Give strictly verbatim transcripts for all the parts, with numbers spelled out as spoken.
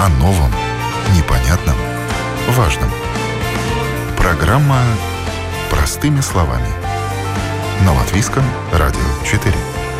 О новом, непонятном, важном. Программа «Простыми словами» на Латвийском радио четыре.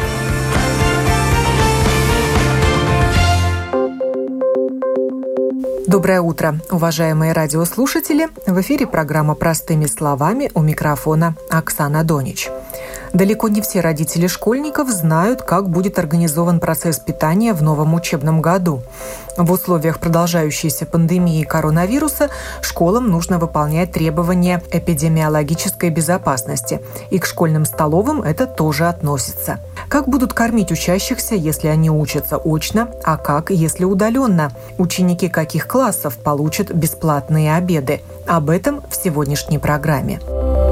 Доброе утро, уважаемые радиослушатели! В эфире программа «Простыми словами», у микрофона Оксана Донич. Далеко не все родители школьников знают, как будет организован процесс питания в новом учебном году. В условиях продолжающейся пандемии коронавируса школам нужно выполнять требования эпидемиологической безопасности, и к школьным столовым это тоже относится. Как будут кормить учащихся, если они учатся очно, а как, если удаленно? Ученики каких классов получат бесплатные обеды? Об этом в сегодняшней программе.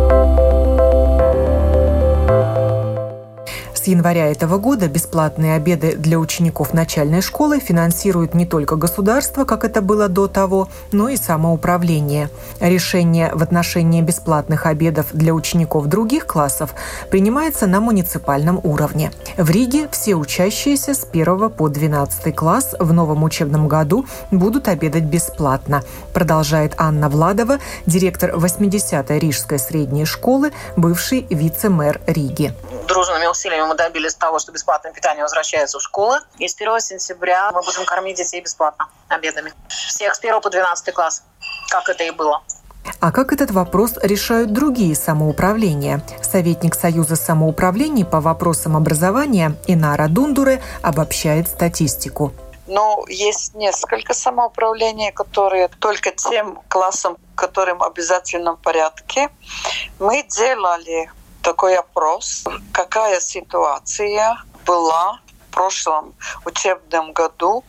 С января этого года бесплатные обеды для учеников начальной школы финансирует не только государство, как это было до того, но и самоуправление. Решение в отношении бесплатных обедов для учеников других классов принимается на муниципальном уровне. В Риге все учащиеся с первого по двенадцатый класс в новом учебном году будут обедать бесплатно, продолжает Анна Владова, директор восьмидесятой Рижской средней школы, бывший вице-мэр Риги. Дружными усилиями мы добились того, что бесплатное питание возвращается в школы. И с первого сентября мы будем кормить детей бесплатно обедами. Всех с первого по двенадцатый класс, как это и было. А как этот вопрос решают другие самоуправления? Советник Союза самоуправлений по вопросам образования Инара Дундуре обобщает статистику. Ну, есть несколько самоуправлений, которые только тем классам, которым в обязательном порядке. Мы делали такой опрос, какая ситуация была в прошлом учебном году,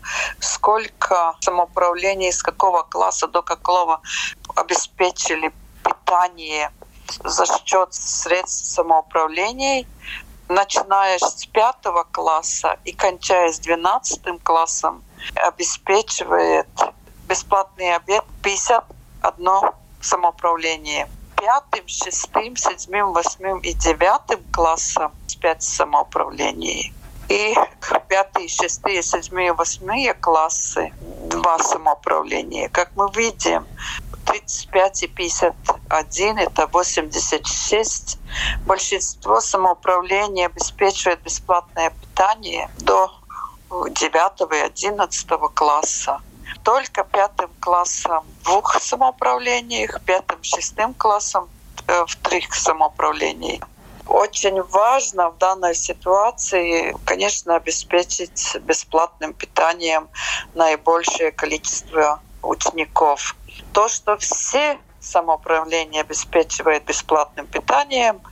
сколько самоуправлений с какого класса до какого обеспечили питание за счет средств самоуправлений, начиная с пятого класса и кончая с двенадцатым классом, обеспечивает бесплатный обед пятьдесят одно самоуправление. Пятым, шестым, седьмым, восьмым и девятым классам пять самоуправлений. И пятые, шестые, седьмые, восьмые классы два самоуправления. Как мы видим, тридцать пять и пятьдесят один – это восемьдесят шесть. Большинство самоуправлений обеспечивает бесплатное питание до девятого и одиннадцатого класса. Только пятым классом в двух самоуправлениях, пятым, шестым классом э, в трех самоуправлениях. Очень важно в данной ситуации, конечно, обеспечить бесплатным питанием наибольшее количество учеников. То, что все самоуправления обеспечивают бесплатным питанием,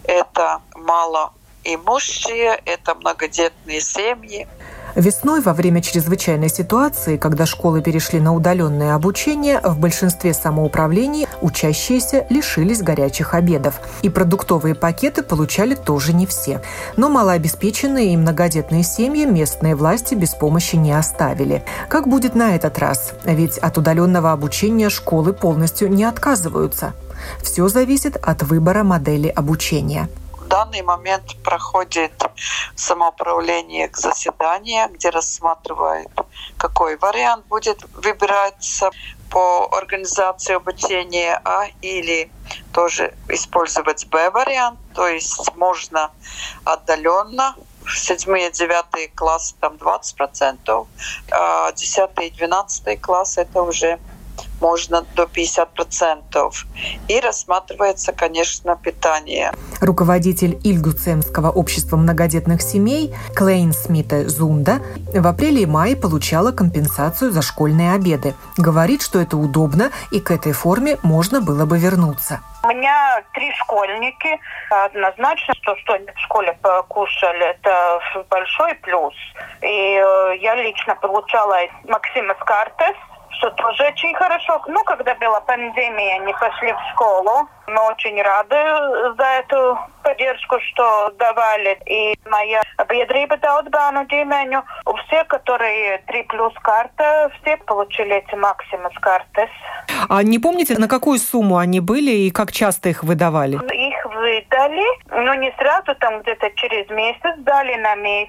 это малоимущие, это многодетные семьи. Весной, во время чрезвычайной ситуации, когда школы перешли на удаленное обучение, в большинстве самоуправлений учащиеся лишились горячих обедов. И продуктовые пакеты получали тоже не все. Но малообеспеченные и многодетные семьи местные власти без помощи не оставили. Как будет на этот раз? Ведь от удаленного обучения школы полностью не отказываются. Все зависит от выбора модели обучения. В данный момент проходит самоуправление заседания, где рассматривают, какой вариант будет выбираться по организации обучения, а или тоже использовать Б-вариант, то есть можно отдаленно. Седьмые, девятые классы там двадцать процентов, а десятые и двенадцатые классы это уже можно до пятьдесят процентов. И рассматривается, конечно, питание. Руководитель Ильгуцемского общества многодетных семей Клейн Смита Зунда в апреле и мае получала компенсацию за школьные обеды. Говорит, что это удобно, и к этой форме можно было бы вернуться. У меня три школьники. Однозначно, что что-нибудь в школе покушали, это большой плюс. И я лично получала Максимас Картес, что тоже очень хорошо. Ну, когда была пандемия, они пошли в школу. Мы очень рады за эту поддержку, что давали. И моя biedrība Daudzbērnu ģimeņu, все, которые три плюс карта, все получили эти Максимас Картес. А не помните, на какую сумму они были и как часто их выдавали? Их выдали, но не сразу, там где-то через месяц, дали на месяц.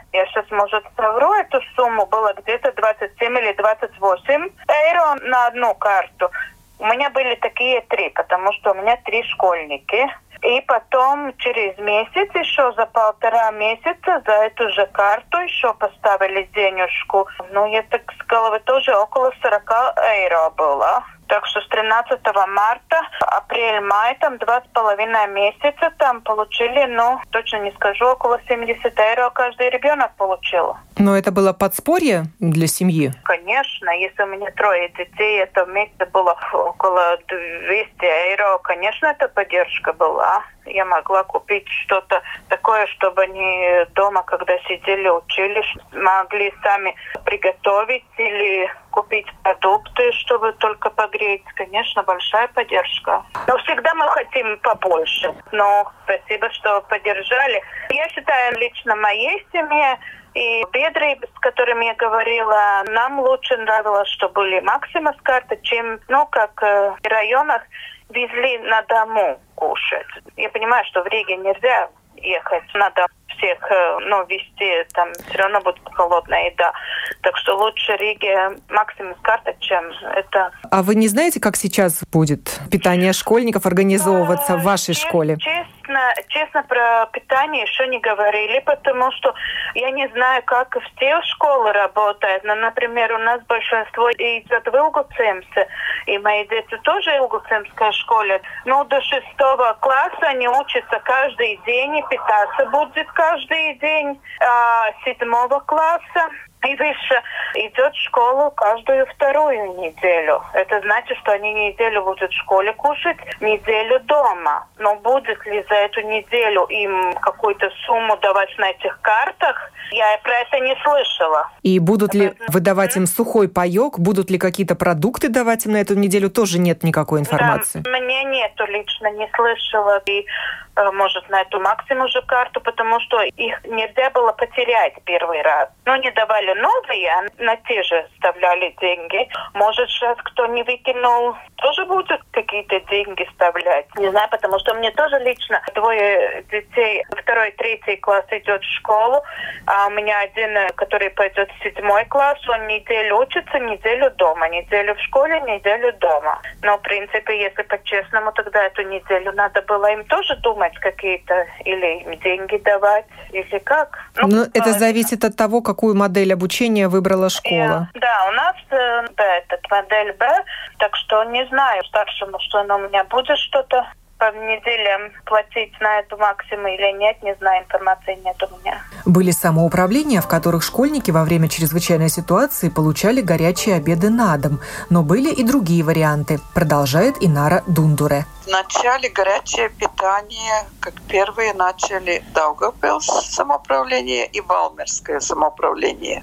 Я сейчас, может, совру эту сумму, было где-то двадцать семь или двадцать восемь евро на одну карту. У меня были такие три, потому что у меня три школьники. И потом через месяц, еще за полтора месяца, за эту же карту еще поставили денежку. Ну, я так с головы тоже около сорок евро было. Так что с тринадцатого марта, апрель-май, там два с половиной месяца там получили, ну, точно не скажу, около семьдесят евро каждый ребенок получил. Но это было подспорье для семьи? Конечно, если у меня трое детей, это в месяц было около двести евро. Конечно, это поддержка была. Я могла купить что-то такое, чтобы они дома, когда сидели, учились, могли сами приготовить или купить продукты, чтобы только погреть. Конечно, большая поддержка. Но всегда мы хотим побольше. Но спасибо, что поддержали. Я считаю, лично моей семье и бедры, с которыми я говорила, нам лучше нравилось, что были Максимас карты, чем, ну, как в районах везли на дому кушать. Я понимаю, что в Риге нельзя ехать, надо всех, ну, везти, там все равно будет холодная еда. Так что лучше Риге Максимус карта, чем это. А вы не знаете, как сейчас будет питание школьников организовываться а, в вашей честно, школе? Честно, честно, про питание еще не говорили, потому что я не знаю, как все школы работают. Но, например, у нас большинство идет в Илгуцемсе, и мои дети тоже в Илгуцемской школе. Но до шестого класса они учатся каждый день, и питаться будет каждый день. А седьмого класса и выше идет в школу каждую вторую неделю. Это значит, что они неделю будут в школе кушать, неделю дома. Но будет ли за эту неделю им какую-то сумму давать на этих картах, я про это не слышала. И будут ли выдавать им сухой паёк, будут ли какие-то продукты давать им на эту неделю, тоже нет никакой информации? Да, мне нету, лично не слышала. И может, на эту Максиму же карту, потому что их нельзя было потерять первый раз. Но не давали новые, а на те же вставляли деньги. Может, сейчас кто не выкинул, тоже будут какие-то деньги вставлять. Не знаю, потому что мне тоже лично двое детей, второй, третий класс идет в школу, а у меня один, который пойдет в седьмой класс, он неделю учится, неделю дома, неделю в школе, неделю дома. Но, в принципе, если по-честному, тогда эту неделю надо было им тоже думать, какие-то, или им деньги давать, или как. Ну, Но это зависит от того, какую модель обучения выбрала школа. Yeah. Да, у нас да, этот модель Б, так что не знаю старшему, что у меня будет что-то по неделям платить на эту Максиму или нет, не знаю, информации нет у меня. Были самоуправления, в которых школьники во время чрезвычайной ситуации получали горячие обеды на дом, но были и другие варианты, продолжает Инара Дундуре. Вначале горячее питание, как первые начали Даугавпилс самоуправление и Валмерское самоуправление.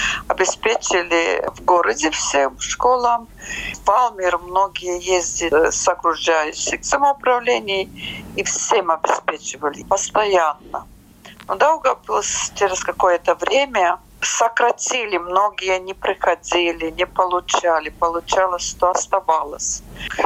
Обеспечили в городе всем школам. В Валмер многие ездили с окружающих самоуправлений и всем обеспечивали постоянно. Но Даугавпилс через какое-то время сократили, многие не приходили, не получали, получалось, что оставалось.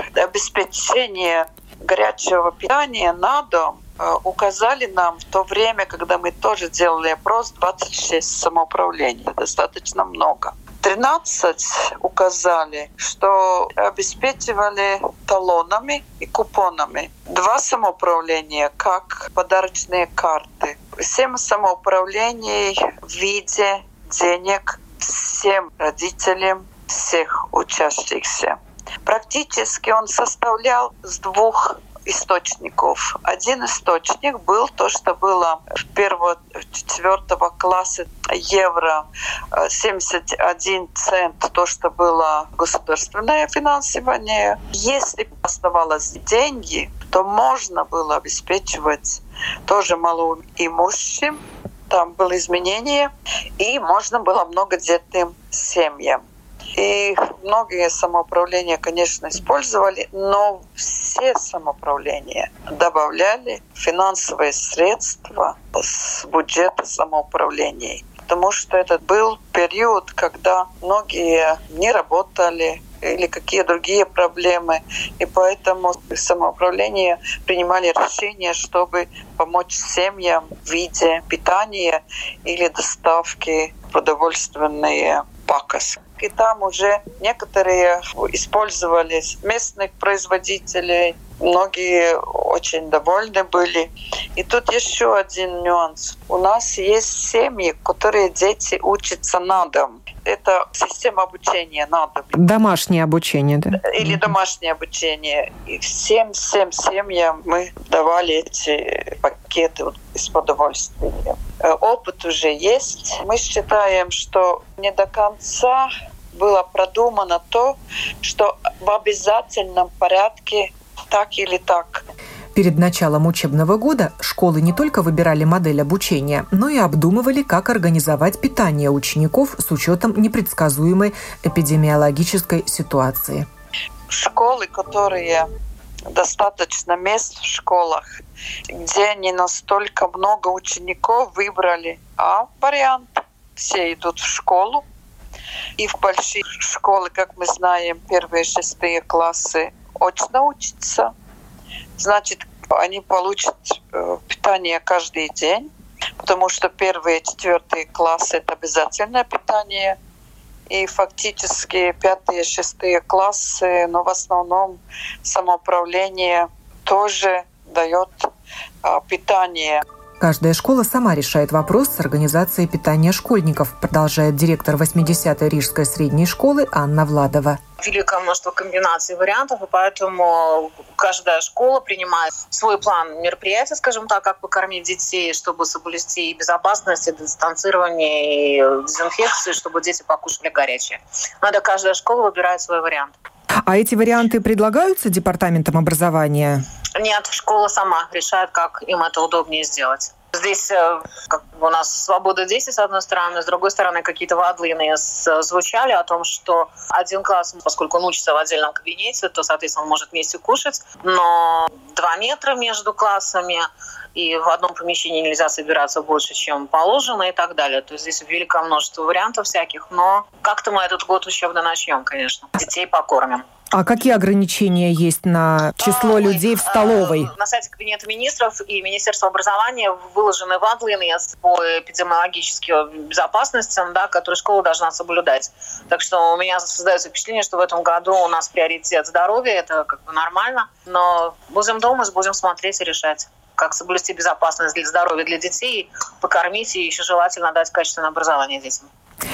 Обеспечение горячего питания на дом указали нам в то время, когда мы тоже делали опрос, двадцать шесть самоуправлений, достаточно много. тринадцать указали, что обеспечивали талонами и купонами. Два самоуправления как подарочные карты. Семь самоуправлений в виде денег всем родителям всех учащихся. Практически он составлял с двух источников. Один источник был то, что было в первого-четвертого класса евро семьдесят один цент, то, что было государственное финансирование. Если оставалось деньги, то можно было обеспечивать тоже малоимущим. Там было изменение, и можно было многодетным семьям. И многие самоуправления, конечно, использовали, но все самоуправления добавляли финансовые средства с бюджета самоуправлений. Потому что это был период, когда многие не работали, или какие другие проблемы. И поэтому самоуправление принимали решение, чтобы помочь семьям в виде питания или доставки продовольственные пакосы. И там уже некоторые использовали местных производителей, многие очень довольны были. И тут еще один нюанс. У нас есть семьи, которые дети учатся на дом. Это система обучения на дом. Домашнее обучение, да? Или домашнее обучение. И всем, всем семьям мы давали эти пакеты с продовольствием. Опыт уже есть. Мы считаем, что не до конца было продумано то, что в обязательном порядке так или так. Перед началом учебного года школы не только выбирали модель обучения, но и обдумывали, как организовать питание учеников с учетом непредсказуемой эпидемиологической ситуации. Школы, которые достаточно мест в школах, где не настолько много учеников, выбрали А вариант. Все идут в школу. И в большие школы, как мы знаем, первые шестые классы очно учатся. Значит, они получат э, питание каждый день, потому что первые четвертые классы — это обязательное питание. И фактически пятые шестые классы, но в основном самоуправление тоже дает э, питание. Каждая школа сама решает вопрос с организацией питания школьников, продолжает директор восьмидесятой Рижской средней школы Анна Владова. Великое множество комбинаций вариантов, и поэтому каждая школа принимает свой план мероприятий, скажем так, как покормить детей, чтобы соблюсти и безопасность, и дистанцирование, и дезинфекцию, чтобы дети покушали горячее. Надо каждая школа выбирает свой вариант. А эти варианты предлагаются департаментом образования? Нет, школа сама решает, как им это удобнее сделать. Здесь как бы у нас свобода действий, с одной стороны, с другой стороны, какие-то водлины звучали о том, что один класс, поскольку он учится в отдельном кабинете, то, соответственно, он может вместе кушать, но два метра между классами, и в одном помещении нельзя собираться больше, чем положено, и так далее. То есть здесь великое множество вариантов всяких, но как-то мы этот год учебный начнем, конечно. Детей покормим. А какие ограничения есть на число а, людей в столовой? На сайте Кабинета министров и Министерства образования выложены вадлины по эпидемиологическим безопасностям, да, которые школа должна соблюдать. Так что у меня создается впечатление, что в этом году у нас приоритет здоровья, это как бы нормально. Но будем дома, будем смотреть и решать, как соблюсти безопасность для здоровья для детей, покормить и еще желательно дать качественное образование детям.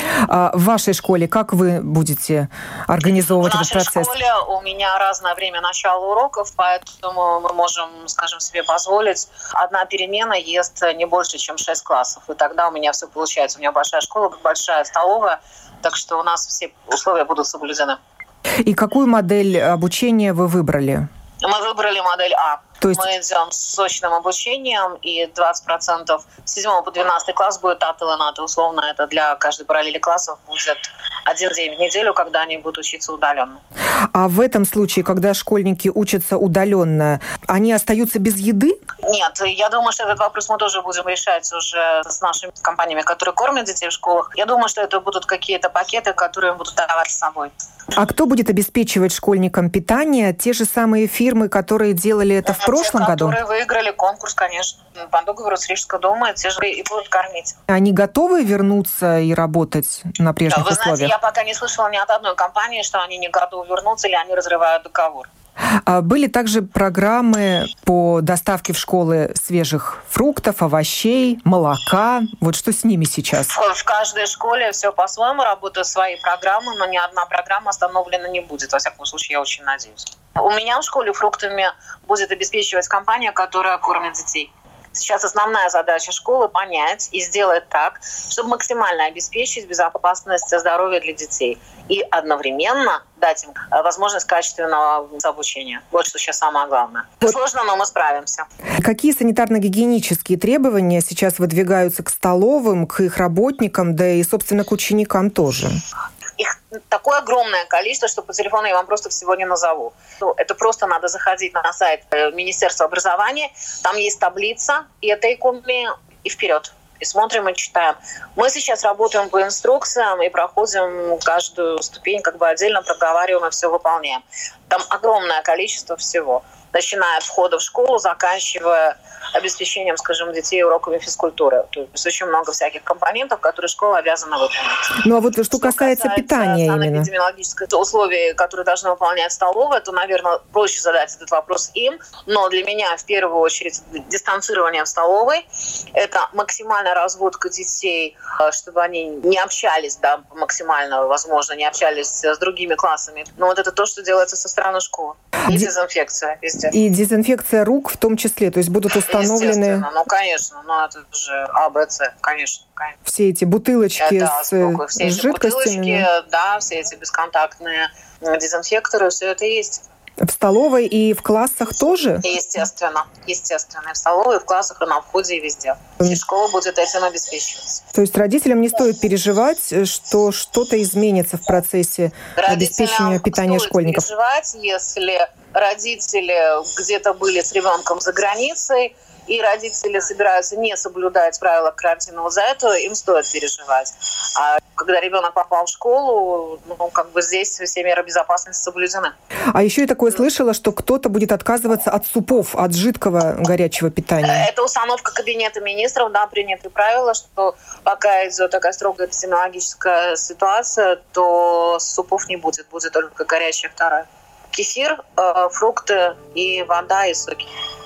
А в вашей школе как вы будете организовывать этот процесс? В нашей школе у меня разное время начала уроков, поэтому мы можем, скажем, себе позволить. Одна перемена ест не больше, чем шесть классов. И тогда у меня все получается. У меня большая школа, большая столовая, так что у нас все условия будут соблюдены. И какую модель обучения вы выбрали? Мы выбрали модель А. То есть... Мы идем с сочным обучением, и двадцать процентов с седьмого по двенадцатый класс будет АТЛ и НАТО. Условно, это для каждой параллели классов будет один день в неделю, когда они будут учиться удаленно. А в этом случае, когда школьники учатся удаленно, они остаются без еды? Нет, я думаю, что этот вопрос мы тоже будем решать уже с нашими компаниями, которые кормят детей в школах. Я думаю, что это будут какие-то пакеты, которые будут давать с собой. А кто будет обеспечивать школьникам питание? Те же самые фирмы, которые делали это в прошлом те, году? Которые выиграли конкурс, конечно. По договору с Рижского дома, те же и будут кормить. Они готовы вернуться и работать на прежних Вы условиях? знаете, я пока не слышала ни от одной компании, что они не готовы вернуться или они разрывают договор. А были также программы по доставке в школы свежих фруктов, овощей, молока. Вот что с ними сейчас? В, в каждой школе все по-своему, работают свои программы, но ни одна программа остановлена не будет. Во всяком случае, я очень надеюсь. У меня в школе фруктами будет обеспечивать компания, которая кормит детей. Сейчас основная задача школы — понять и сделать так, чтобы максимально обеспечить безопасность и здоровье для детей. И одновременно дать им возможность качественного обучения. Вот что сейчас самое главное. Вот. Сложно, но мы справимся. Какие санитарно-гигиенические требования сейчас выдвигаются к столовым, к их работникам, да и, собственно, к ученикам тоже? Их такое огромное количество, что по телефону я вам просто всего не назову. Это просто надо заходить на сайт Министерства образования. Там есть таблица, и это иконами, и вперед. И смотрим, и читаем. Мы сейчас работаем по инструкциям и проходим каждую ступень, как бы отдельно проговариваем и все выполняем. Там огромное количество всего. Начиная от входа в школу, заканчивая обеспечением, скажем, детей уроками физкультуры. То есть очень много всяких компонентов, которые школа обязана выполнить. Ну а вот что, что касается, касается питания именно. Санэпидемиологических условий, которые должны выполнять столовая, то, наверное, проще задать этот вопрос им. Но для меня в первую очередь дистанцирование в столовой. Это максимальная разводка детей, чтобы они не общались, да, максимально, возможно, не общались с другими классами. Но вот это то, что делается со стороны школы. И Ди... дезинфекция везде. И дезинфекция рук в том числе, то есть будут установлены... Ну, конечно, ну это же А, Б, С, конечно. конечно. Все эти бутылочки да, с, все эти с жидкостями. Бутылочки, да, все эти бесконтактные дезинфекторы, все это есть. В столовой и в классах тоже? Естественно. Естественно. И в столовой, и в классах, и на входе, и везде. И школа будет этим обеспечиваться. То есть родителям не стоит переживать, что что-то изменится в процессе родителям обеспечения питания стоит школьников? Переживать, если родители где-то были с ребенком за границей, и родители собираются не соблюдать правила карантина, вот за это им стоит переживать. А когда ребенок попал в школу, ну, как бы здесь все меры безопасности соблюдены. А еще я такое слышала, что кто-то будет отказываться от супов, от жидкого горячего питания. Это установка Кабинета министров, да, принятые правила, что пока идет такая строгая эпидемиологическая ситуация, то супов не будет, будет только горячая вторая. Кефир, э, фрукты и вода, и соки.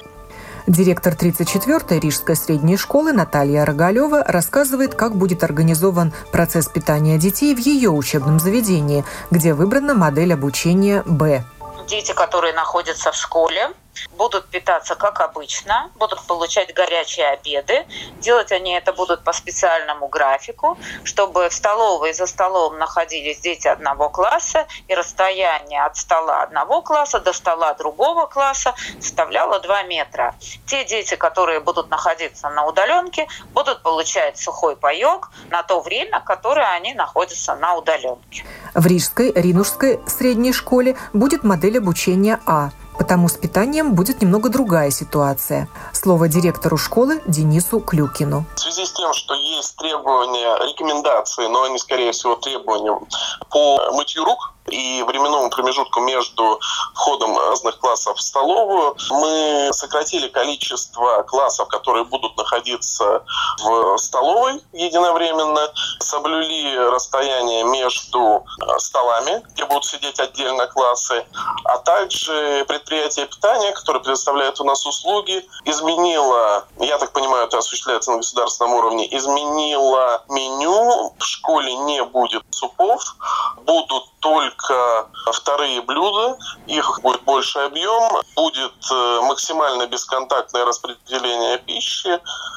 Директор тридцать четвёртой Рижской средней школы Наталья Рогалева рассказывает, как будет организован процесс питания детей в ее учебном заведении, где выбрана модель обучения Б. Дети, которые находятся в школе, будут питаться как обычно, будут получать горячие обеды. Делать они это будут по специальному графику, чтобы в столовой и за столом находились дети одного класса, и расстояние от стола одного класса до стола другого класса составляло два метра. Те дети, которые будут находиться на удаленке, будут получать сухой паёк на то время, которое они находятся на удаленке. В Рижской Ринушской средней школе будет модель обучения А. Потому с питанием будет немного другая ситуация. Слово директору школы Денису Клюкину. В связи с тем, что есть требования, рекомендации, но они, скорее всего, требования по мытью рук и временному промежутку между входом разных классов в столовую, мы сократили количество классов, которые будут находиться в столовой единовременно, соблюли расстояние между столами, где будут сидеть отдельно классы, а также предприятие питания, которое предоставляет у нас услуги, изменило, я так понимаю, это осуществляется на государственном уровне, изменило меню. В школе не будет супов, будут только вторые блюда, их будет больше объем, будет максимально бесконтактное распределение пищи,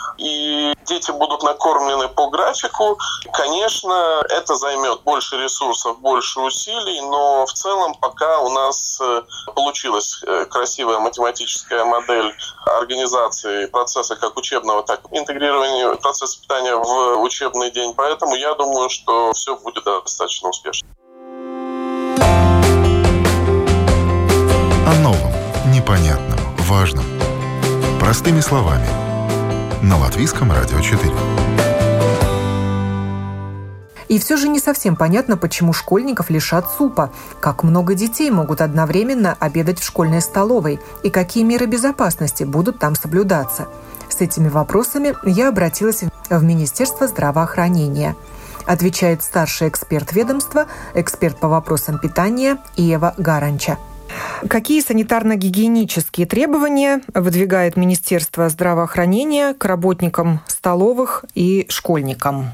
и дети будут накормлены по графику. Конечно, это займет больше ресурсов, больше усилий, но в целом пока у нас получилась красивая математическая модель организации процесса как учебного, так и интегрирования процесса питания в учебный день. Поэтому я думаю, что все будет достаточно успешно. О новом, непонятном, важном. Простыми словами. На Латвийском радио четыре. И все же не совсем понятно, почему школьников лишат супа, как много детей могут одновременно обедать в школьной столовой и какие меры безопасности будут там соблюдаться. С этими вопросами я обратилась в Министерство здравоохранения. Отвечает старший эксперт ведомства, эксперт по вопросам питания Ева Гаранча. Какие санитарно-гигиенические требования выдвигает Министерство здравоохранения к работникам столовых и школьникам?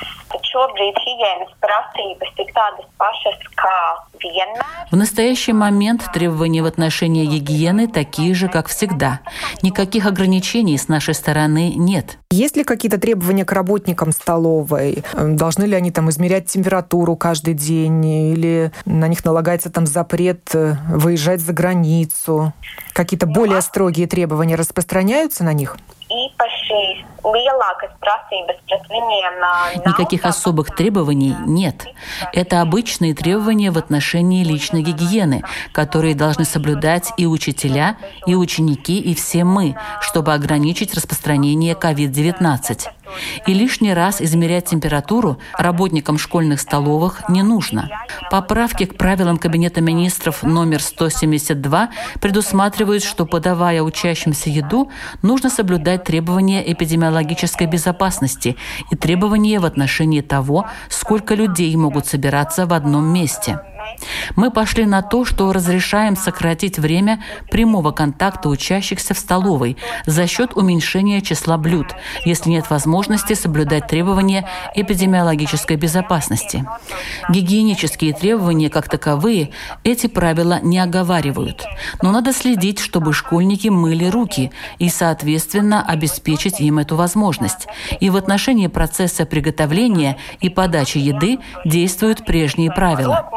В настоящий момент требования в отношении гигиены такие же, как всегда. Никаких ограничений с нашей стороны нет. Есть ли какие-то требования к работникам столовой? Должны ли они там измерять температуру каждый день? Или на них налагается там запрет выезжать за границу? Какие-то более строгие требования распространяются на них? Никаких особых требований нет. Это обычные требования в отношении личной гигиены, которые должны соблюдать и учителя, и ученики, и все мы, чтобы ограничить распространение ковид девятнадцать. И лишний раз измерять температуру работникам школьных столовых не нужно. Поправки к правилам Кабинета министров номер сто семьдесят два предусматривают, что, подавая учащимся еду, нужно соблюдать требования эпидемиологической безопасности и требования в отношении того, сколько людей могут собираться в одном месте. Мы пошли на то, что разрешаем сократить время прямого контакта учащихся в столовой за счет уменьшения числа блюд, если нет возможности соблюдать требования эпидемиологической безопасности. Гигиенические требования как таковые эти правила не оговаривают. Но надо следить, чтобы школьники мыли руки и, соответственно, обеспечить им эту возможность. И в отношении процесса приготовления и подачи еды действуют прежние правила.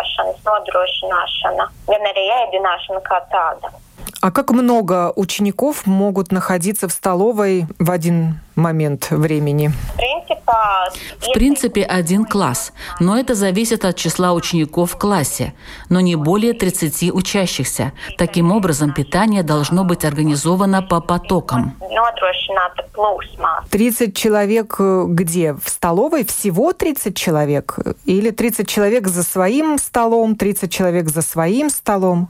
А как много учеников могут находиться в столовой в один момент времени? В принципе, один класс, но это зависит от числа учеников в классе, но не более тридцати учащихся. Таким образом, питание должно быть организовано по потокам. тридцать человек где? В столовой всего тридцать человек? Или тридцать человек за своим столом, тридцать человек за своим столом?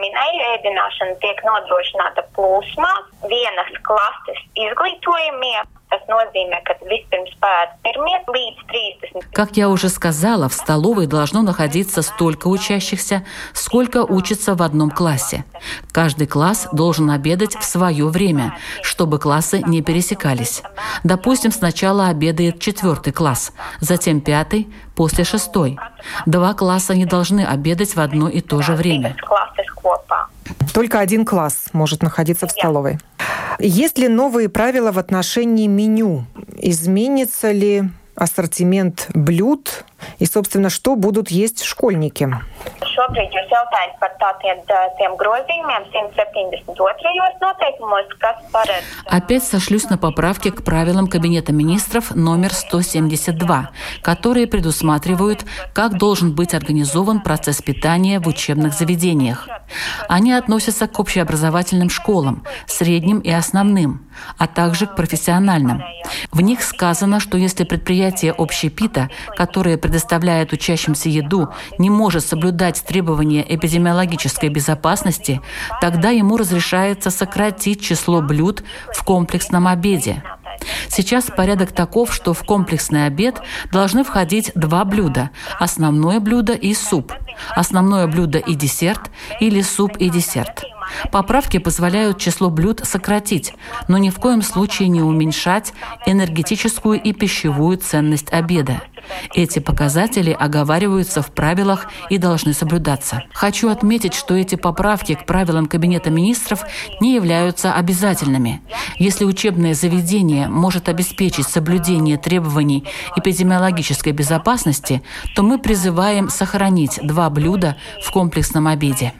Как я уже сказала, в столовой должно находиться столько учащихся, сколько учатся в одном классе. Каждый класс должен обедать в свое время, чтобы классы не пересекались. Допустим, сначала обедает четвертый класс, затем пятый, после шестой. Два класса не должны обедать в одно и то же время. Только один класс может находиться в столовой. Есть ли новые правила в отношении меню? Изменится ли ассортимент блюд? И, собственно, что будут есть школьники? Опять сошлюсь на поправки к правилам Кабинета министров номер сто семьдесят два, которые предусматривают, как должен быть организован процесс питания в учебных заведениях. Они относятся к общеобразовательным школам, средним и основным, а также к профессиональным. В них сказано, что если предприятие общепита, которое предоставляет учащимся еду, не может соблюдать требования эпидемиологической безопасности, тогда ему разрешается сократить число блюд в комплексном обеде. Сейчас порядок таков, что в комплексный обед должны входить два блюда – основное блюдо и суп, основное блюдо и десерт или суп и десерт. Поправки позволяют число блюд сократить, но ни в коем случае не уменьшать энергетическую и пищевую ценность обеда. Эти показатели оговариваются в правилах и должны соблюдаться. Хочу отметить, что эти поправки к правилам Кабинета министров не являются обязательными. Если учебное заведение может обеспечить соблюдение требований эпидемиологической безопасности, то мы призываем сохранить два блюда в комплексном обеде.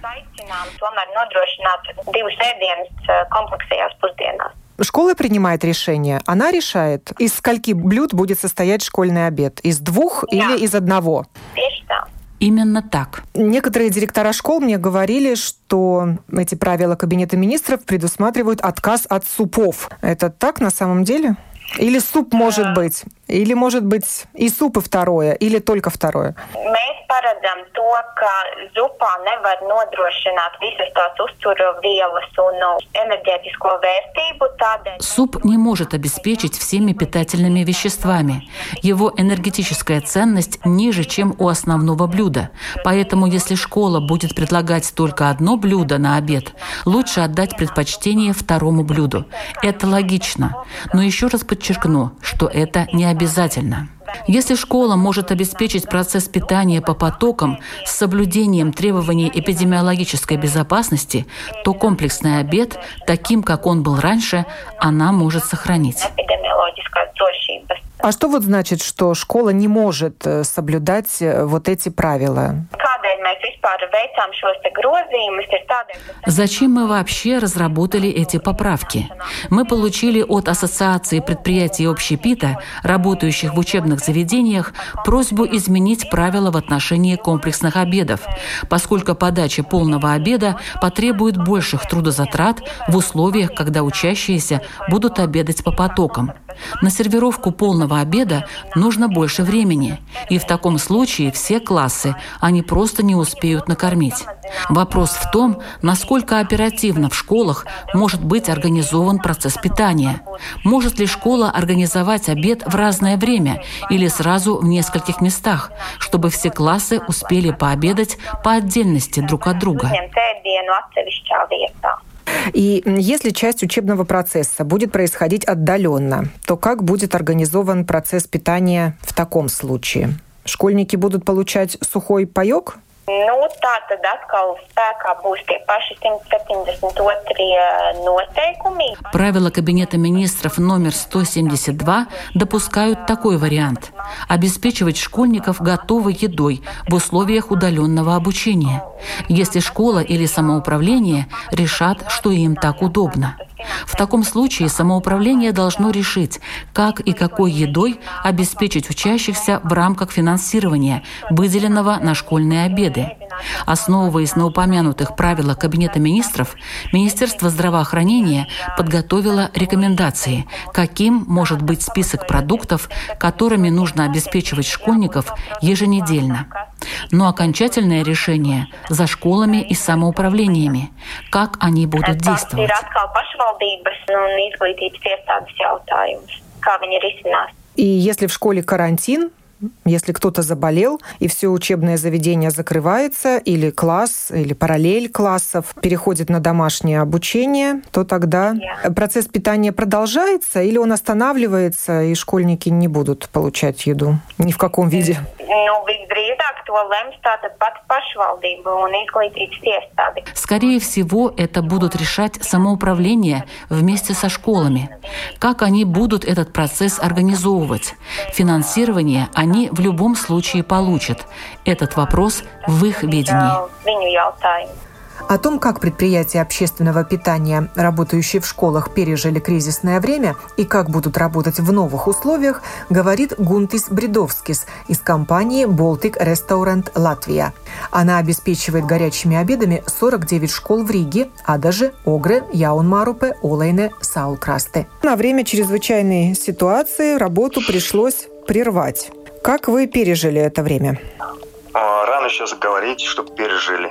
Школа принимает решение. Она решает, из скольки блюд будет состоять школьный обед. Из двух да. или из одного? Именно так. Некоторые директора школ мне говорили, что эти правила Кабинета министров предусматривают отказ от супов. Это так на самом деле? Или суп может быть? Или может быть и суп, и второе? Или только второе? Суп не может обеспечить всеми питательными веществами. Его энергетическая ценность ниже, чем у основного блюда. Поэтому, если школа будет предлагать только одно блюдо на обед, лучше отдать предпочтение второму блюду. Это логично. Но еще раз подчеркну, что это не обязательно. Если школа может обеспечить процесс питания по потокам с соблюдением требований эпидемиологической безопасности, то комплексный обед, таким, как он был раньше, она может сохранить. А что вот значит, что школа не может соблюдать вот эти правила? Зачем мы вообще разработали эти поправки? Мы получили от Ассоциации предприятий общепита, работающих в учебных заведениях, просьбу изменить правила в отношении комплексных обедов, поскольку подача полного обеда потребует больших трудозатрат в условиях, когда учащиеся будут обедать по потокам. На сервировку полного обеда нужно больше времени, и в таком случае все классы они просто не успеют накормить. Вопрос в том, насколько оперативно в школах может быть организован процесс питания. Может ли школа организовать обед в разное время или сразу в нескольких местах, чтобы все классы успели пообедать по отдельности друг от друга? И если часть учебного процесса будет происходить отдаленно, то как будет организован процесс питания в таком случае? Школьники будут получать сухой паёк? Nu, tā tad atkal spēkā būs tie paši сто семьдесят два noteikumi. Правила Кабинета министров номер сто семьдесят два допускают такой вариант – обеспечивать школьников готовой едой в условиях удаленного обучения, если школа или самоуправление решат, что им так удобно. В таком случае самоуправление должно решить, как и какой едой обеспечить учащихся в рамках финансирования, выделенного на школьные обеды. Основываясь на упомянутых правилах Кабинета министров, Министерство здравоохранения подготовило рекомендации, каким может быть список продуктов, которыми нужно обеспечивать школьников еженедельно. Но окончательное решение за школами и самоуправлениями, как они будут действовать. И если в школе карантин, если кто-то заболел, и все учебное заведение закрывается, или класс, или параллель классов переходит на домашнее обучение, то тогда процесс питания продолжается или он останавливается, и школьники не будут получать еду ни в каком виде? Скорее всего, это будут решать самоуправление вместе со школами. Как они будут этот процесс организовывать? Финансирование они в любом случае получат. Этот вопрос в их ведении. О том, как предприятия общественного питания, работающие в школах, пережили кризисное время и как будут работать в новых условиях, говорит Гунтис Бридовскис из компании Baltic Restaurant Latvia. Она обеспечивает горячими обедами сорок девять школ в Риге, а даже Огре, Яунмарупе, Олейне, Саулкрасте. На время чрезвычайной ситуации работу пришлось прервать. Как вы пережили это время? Рано сейчас говорить, чтобы пережили.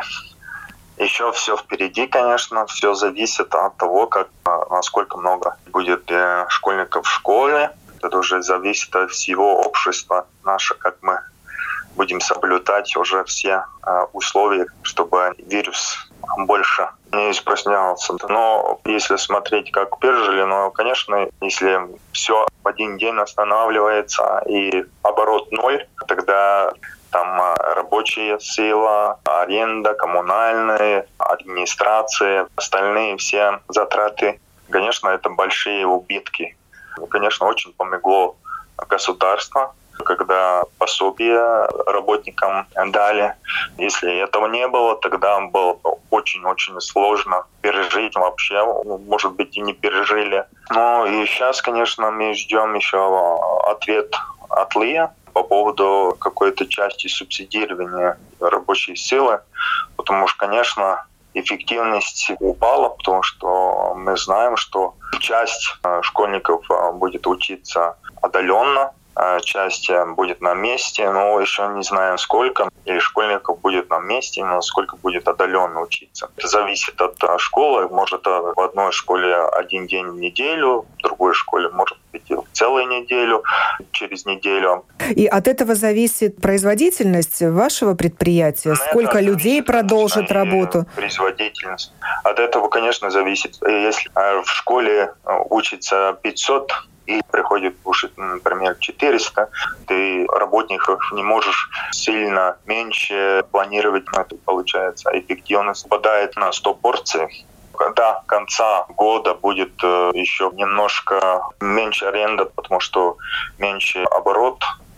Еще все впереди, конечно, все зависит от того, как, насколько много будет школьников в школе. Это уже зависит от всего общества наше, как мы будем соблюдать уже все условия, чтобы вирус больше не распространялся. Но если смотреть, как пережили, ну, конечно, если все в один день останавливается и оборот ноль, тогда там рабочая сила, аренда, коммунальные, администрация, остальные все затраты. Конечно, это большие убытки. Конечно, очень помогло государство, когда пособие работникам дали. Если этого не было, тогда было очень-очень сложно пережить вообще. Может быть, и не пережили. Но и сейчас, конечно, мы ждем еще ответ от ЛИА по поводу какой-то части субсидирования рабочей силы, потому что, конечно, эффективность упала, потому что мы знаем, что часть школьников будет учиться удаленно, часть будет на месте, но еще не знаем сколько, или школьников будет на месте, но сколько будет удаленно учиться. Это зависит от школы. Может, в одной школе один день в неделю, в другой школе может быть целую неделю, через неделю. И от этого зависит производительность вашего предприятия? Сколько это людей продолжит работу? Производительность. От этого, конечно, зависит. Если в школе учится пятьсот, и приходит кушать, например, четыреста, ты работников не можешь сильно меньше планировать, это получается. Эффективность попадает на сто порций. До конца года будет еще немножко меньше аренда, потому что меньше оборот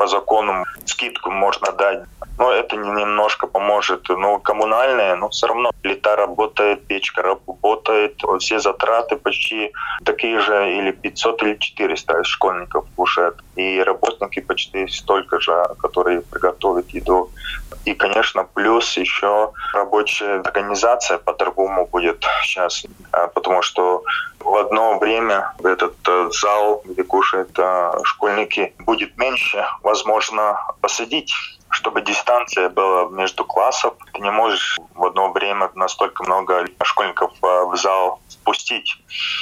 по закону скидку можно дать. Но это немножко поможет. Но коммунальные, но все равно плита работает, печка работает, все затраты почти такие же, или пятьсот, или четыреста школьников кушают. И работники почти столько же, которые приготовят еду. И, конечно, плюс еще рабочая организация по-другому будет сейчас, потому что в одно время этот зал, где кушают школьники, будет меньше, возможно, посадить, чтобы дистанция была между классов. Ты не можешь в одно время настолько много школьников в зал спустить.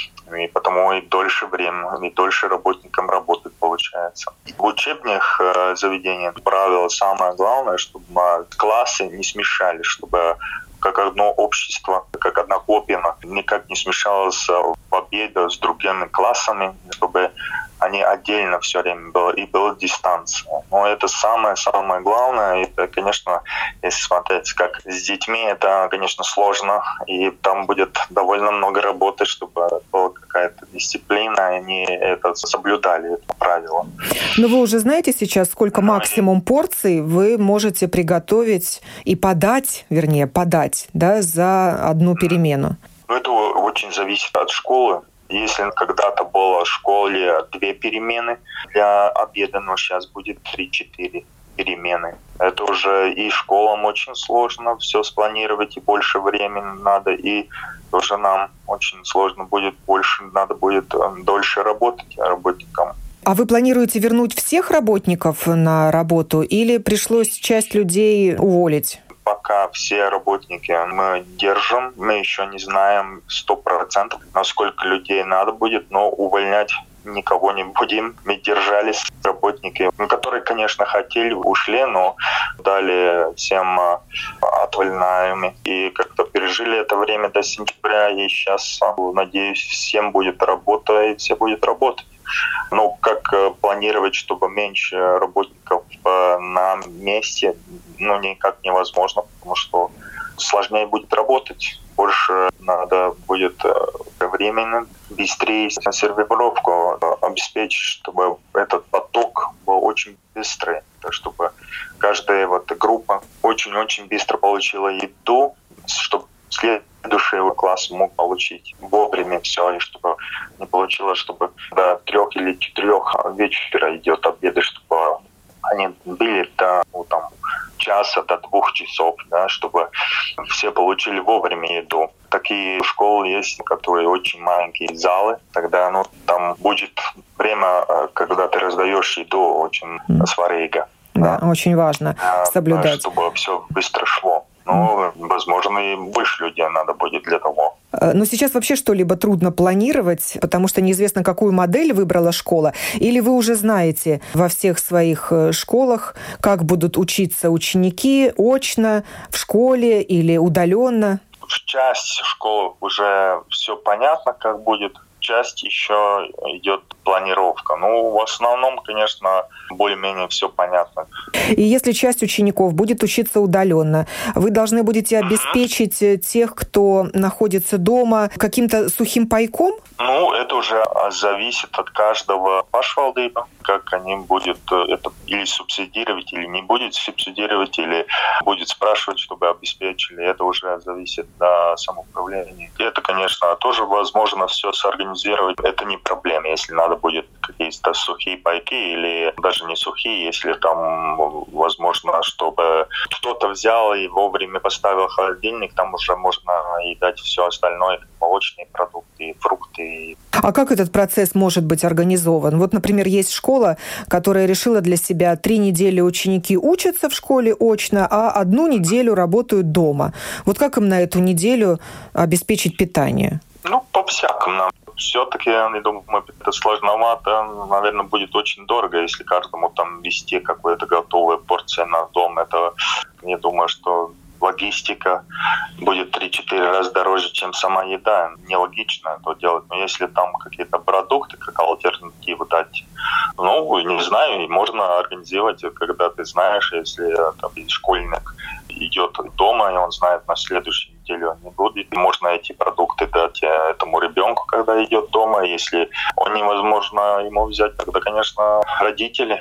И потому и дольше времени, и дольше работникам работать получается. В учебных заведениях правило самое главное, чтобы классы не смешались, чтобы как одно общество, как одна копия никак не смешалась в обеде с другими классами, чтобы они отдельно все время было, и была дистанция. Но это самое-самое главное. Это, конечно, если смотреть, как с детьми, это, конечно, сложно. И там будет довольно много работы, чтобы была какая-то дисциплина, и они это соблюдали, это правило. Но вы уже знаете сейчас, сколько максимум порций вы можете приготовить и подать, вернее, подать, да, за одну перемену? Ну, это очень зависит от школы. Если когда-то было в школе две перемены для обеда, но сейчас будет три-четыре перемены. Это уже и школам очень сложно все спланировать, и больше времени надо, и тоже нам очень сложно будет, больше надо будет дольше работать работникам. А вы планируете вернуть всех работников на работу или пришлось часть людей уволить? Пока все работники мы держим, мы еще не знаем сто процентов, насколько людей надо будет, но увольнять никого не будем. Мы держались, работники, которые, конечно, хотели, ушли, но дали всем отвольными. И как-то пережили это время до сентября, и сейчас, надеюсь, всем будет работа, и все будет работать. Ну, как планировать, чтобы меньше работников на месте, ну, никак невозможно, потому что сложнее будет работать. Больше надо будет времени, быстрее сервировку обеспечить, чтобы этот поток был очень быстрый, чтобы каждая вот группа очень-очень быстро получила еду, чтобы следующий класс мог получить вовремя все, и чтобы не получилось, чтобы до трех или четырех вечера идет обед, и чтобы они были до ну, там, часа, до двух часов, да, чтобы все получили вовремя еду. Такие школы есть, которые очень маленькие залы, тогда ну, там будет время, когда ты раздаешь еду, очень сварига. Да, да, очень важно соблюдать. Чтобы все быстро шло. Ну, возможно, и больше людей надо будет для того. Но сейчас вообще что-либо трудно планировать, потому что неизвестно, какую модель выбрала школа. Или вы уже знаете во всех своих школах, как будут учиться ученики очно, в школе или удаленно? В часть школ уже все понятно, как будет. Часть еще идет планировка. Ну, в основном, конечно, более-менее все понятно. И если часть учеников будет учиться удаленно, вы должны будете обеспечить uh-huh. тех, кто находится дома, каким-то сухим пайком? Ну, это уже зависит от каждого пашвалдыба, как они будут это или субсидировать, или не будет субсидировать, или будет спрашивать, чтобы обеспечили. Это уже зависит от самоуправления. И это, конечно, тоже возможно все сорганизовать. Это не проблема, если надо будет какие-то сухие пайки или даже не сухие, если там возможно, чтобы кто-то взял и вовремя поставил холодильник, там уже можно и дать все остальное, молочные продукты, фрукты. А как этот процесс может быть организован? Вот, например, есть школа, которая решила для себя три недели ученики учатся в школе очно, а одну неделю работают дома. Вот как им на эту неделю обеспечить питание? Ну, по-всякому. Все-таки, я думаю, это сложновато. Наверное, будет очень дорого, если каждому там вести какую-то готовую порцию на дом. Это, я думаю, что логистика будет три-четыре раза дороже, чем сама еда. Нелогично это делать. Но если там какие-то продукты, как альтернативу дать, ну, не знаю, можно организовать, когда ты знаешь, если там школьник идет дома, и он знает, на следующей неделе он не будет. И можно эти продукты дать этому ребенку, когда идет дома. Если он невозможно ему взять, тогда, конечно, родители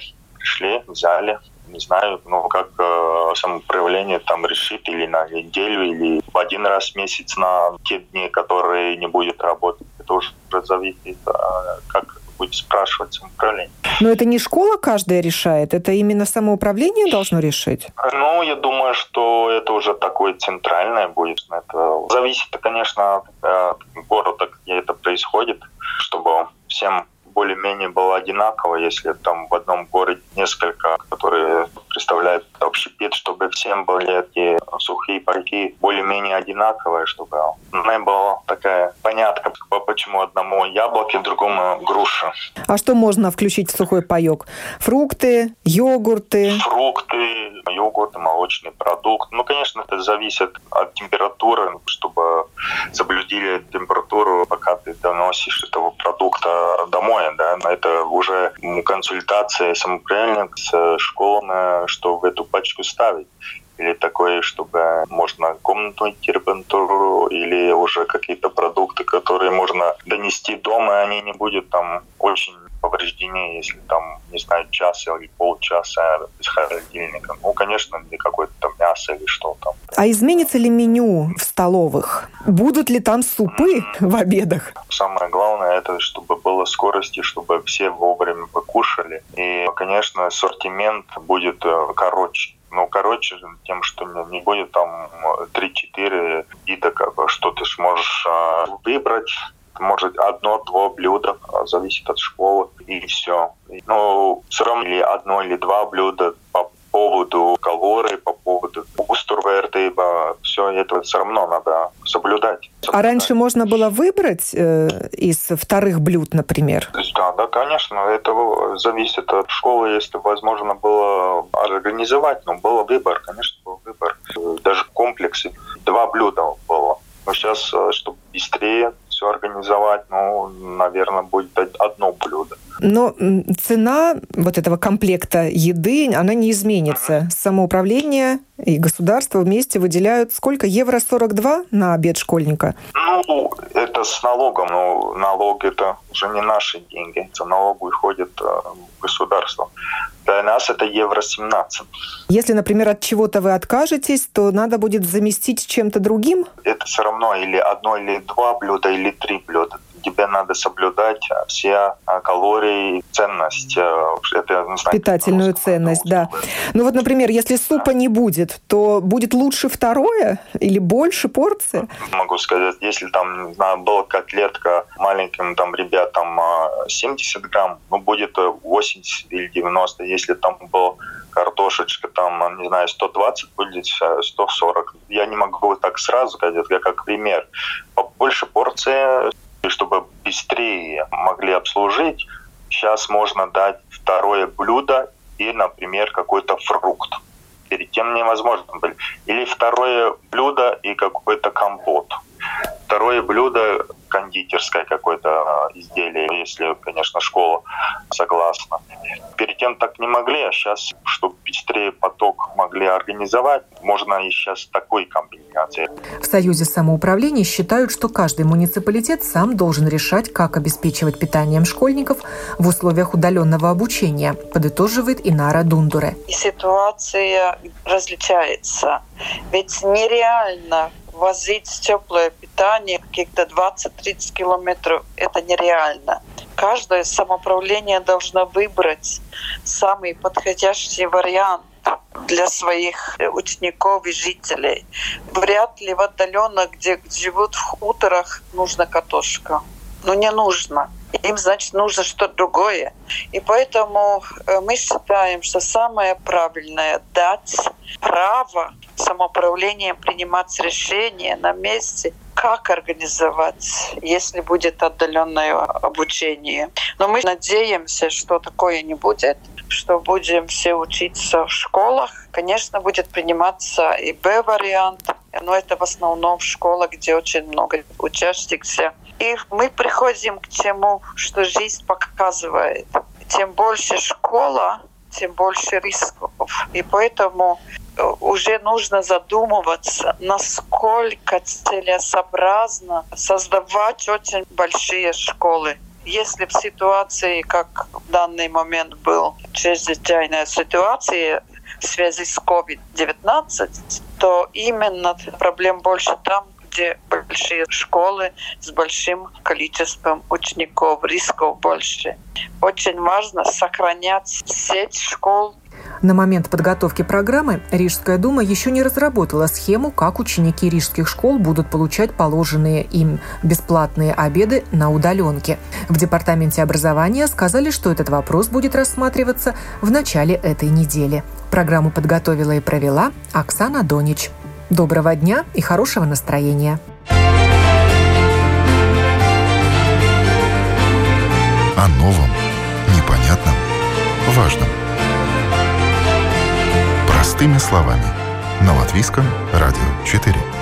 пришли, взяли. Не знаю, ну как э, самоуправление там решит или на неделю, или в один раз в месяц на те дни, которые не будет работать. Это уже зависит, э, как будет спрашивать самоуправление. Но это не школа каждая решает, это именно самоуправление должно решить? Ну, я думаю, что это уже такое центральное будет. Это зависит, конечно, от города, где это происходит, чтобы всем более-менее было одинаково, если там в одном городе несколько, которые представляют общепит, чтобы всем были эти сухие пайки более-менее одинаковые, чтобы не было такая понятка, почему одному яблоки, другому груши. А что можно включить в сухой паёк? Фрукты, йогурты? Фрукты, йогурты, молочный продукт. Ну, конечно, это зависит от температуры, чтобы соблюдили температуру, пока ты доносишь этого продукта домой. Да? Это уже консультация самоуправления с школами, что в эту пачку ставить. Или такое, чтобы можно комнатную температуру, или уже какие-то продукты, которые можно донести дома, и они не будут там очень повреждены, если там, не знаю, час или полчаса без холодильника. Ну, конечно, для какое-то там мясо или что там. А изменится ли меню в столовых? Будут ли там супы mm-hmm. в обедах? Самое главное, это чтобы было скорости, чтобы все вовремя покушали. И, конечно, ассортимент будет короче. Ну, короче, тем, что не будет там три-четыре вида, как бы, что ты сможешь э, выбрать. Может, одно-два блюда, зависит от школы, и все. Но все равно или одно, или два блюда по поводу калорий, по поводу устурвертыба, все это все равно надо соблюдать. соблюдать. А раньше можно было выбрать э, из вторых блюд, например? Да, да, конечно. Это зависит от школы, если возможно было организовать, но был выбор, конечно, был выбор. Даже в комплексе два блюда было. Но сейчас, чтобы быстрее все организовать, ну, наверное, будет одно блюдо. Но цена вот этого комплекта еды, она не изменится. Uh-huh. Самоуправление и государство вместе выделяют сколько? Евро сорок два на обед школьника? Ну, это с налогом. Но налог это уже не наши деньги. За налог выходит государство. Для нас это евро семнадцать. Если, например, от чего-то вы откажетесь, то надо будет заместить чем-то другим? Это все равно или одно, или два блюда, или три блюда. Тебе надо соблюдать все калории, ценность. Это, не знаю, питательную ценность, да. Ну вот, например, если супа не будет, то будет лучше второе или больше порции? Могу сказать, если там, не знаю, была котлетка маленьким там ребятам семьдесят грамм, ну будет восемьдесят или девяносто. Если там была картошечка, там, не знаю, сто двадцать, будет сто сорок. Я не могу так сразу сказать, я как пример. Побольше порции, чтобы быстрее могли обслужить, сейчас можно дать второе блюдо и, например, какой-то фрукт. Перед тем невозможно было. Или второе блюдо и какой-то компот. Второе блюдо кондитерское какое-то изделие, если, конечно, школа согласна. Перед тем так не могли, а сейчас, чтобы быстрее поток могли организовать, можно и сейчас такой комбинации. В Союзе самоуправления считают, что каждый муниципалитет сам должен решать, как обеспечивать питанием школьников в условиях удаленного обучения, подытоживает Инара Дундуре. Ситуация различается. Ведь нереально возить теплое питание каких-то двадцать-тридцать километров. Это нереально. Каждое самоуправление должно выбрать самый подходящий вариант для своих учеников и жителей. Вряд ли в отдаленных, где живут в хуторах, нужна картошка. Ну, не нужно. Им, значит, нужно что-то другое. И поэтому мы считаем, что самое правильное — дать право самоуправлением принимать решения на месте, как организовать, если будет отдаленное обучение. Но мы надеемся, что такое не будет, что будем все учиться в школах. Конечно, будет приниматься и Б-вариант, но это в основном в школах, где очень много учащихся. И мы приходим к тому, что жизнь показывает. Чем больше школа, тем больше рисков. И поэтому уже нужно задумываться, насколько целесообразно создавать очень большие школы. Если в ситуации, как в данный момент был чрезвычайная ситуация в связи с ковид девятнадцать, то именно проблем больше там, где большие школы с большим количеством учеников, рисков больше. Очень важно сохранять сеть школ. На момент подготовки программы Рижская дума еще не разработала схему, как ученики рижских школ будут получать положенные им бесплатные обеды на удаленке. В Департаменте образования сказали, что этот вопрос будет рассматриваться в начале этой недели. Программу подготовила и провела Оксана Донич. Доброго дня и хорошего настроения! О новом, непонятном, важном. Простыми словами. На Латвийском радио четыре.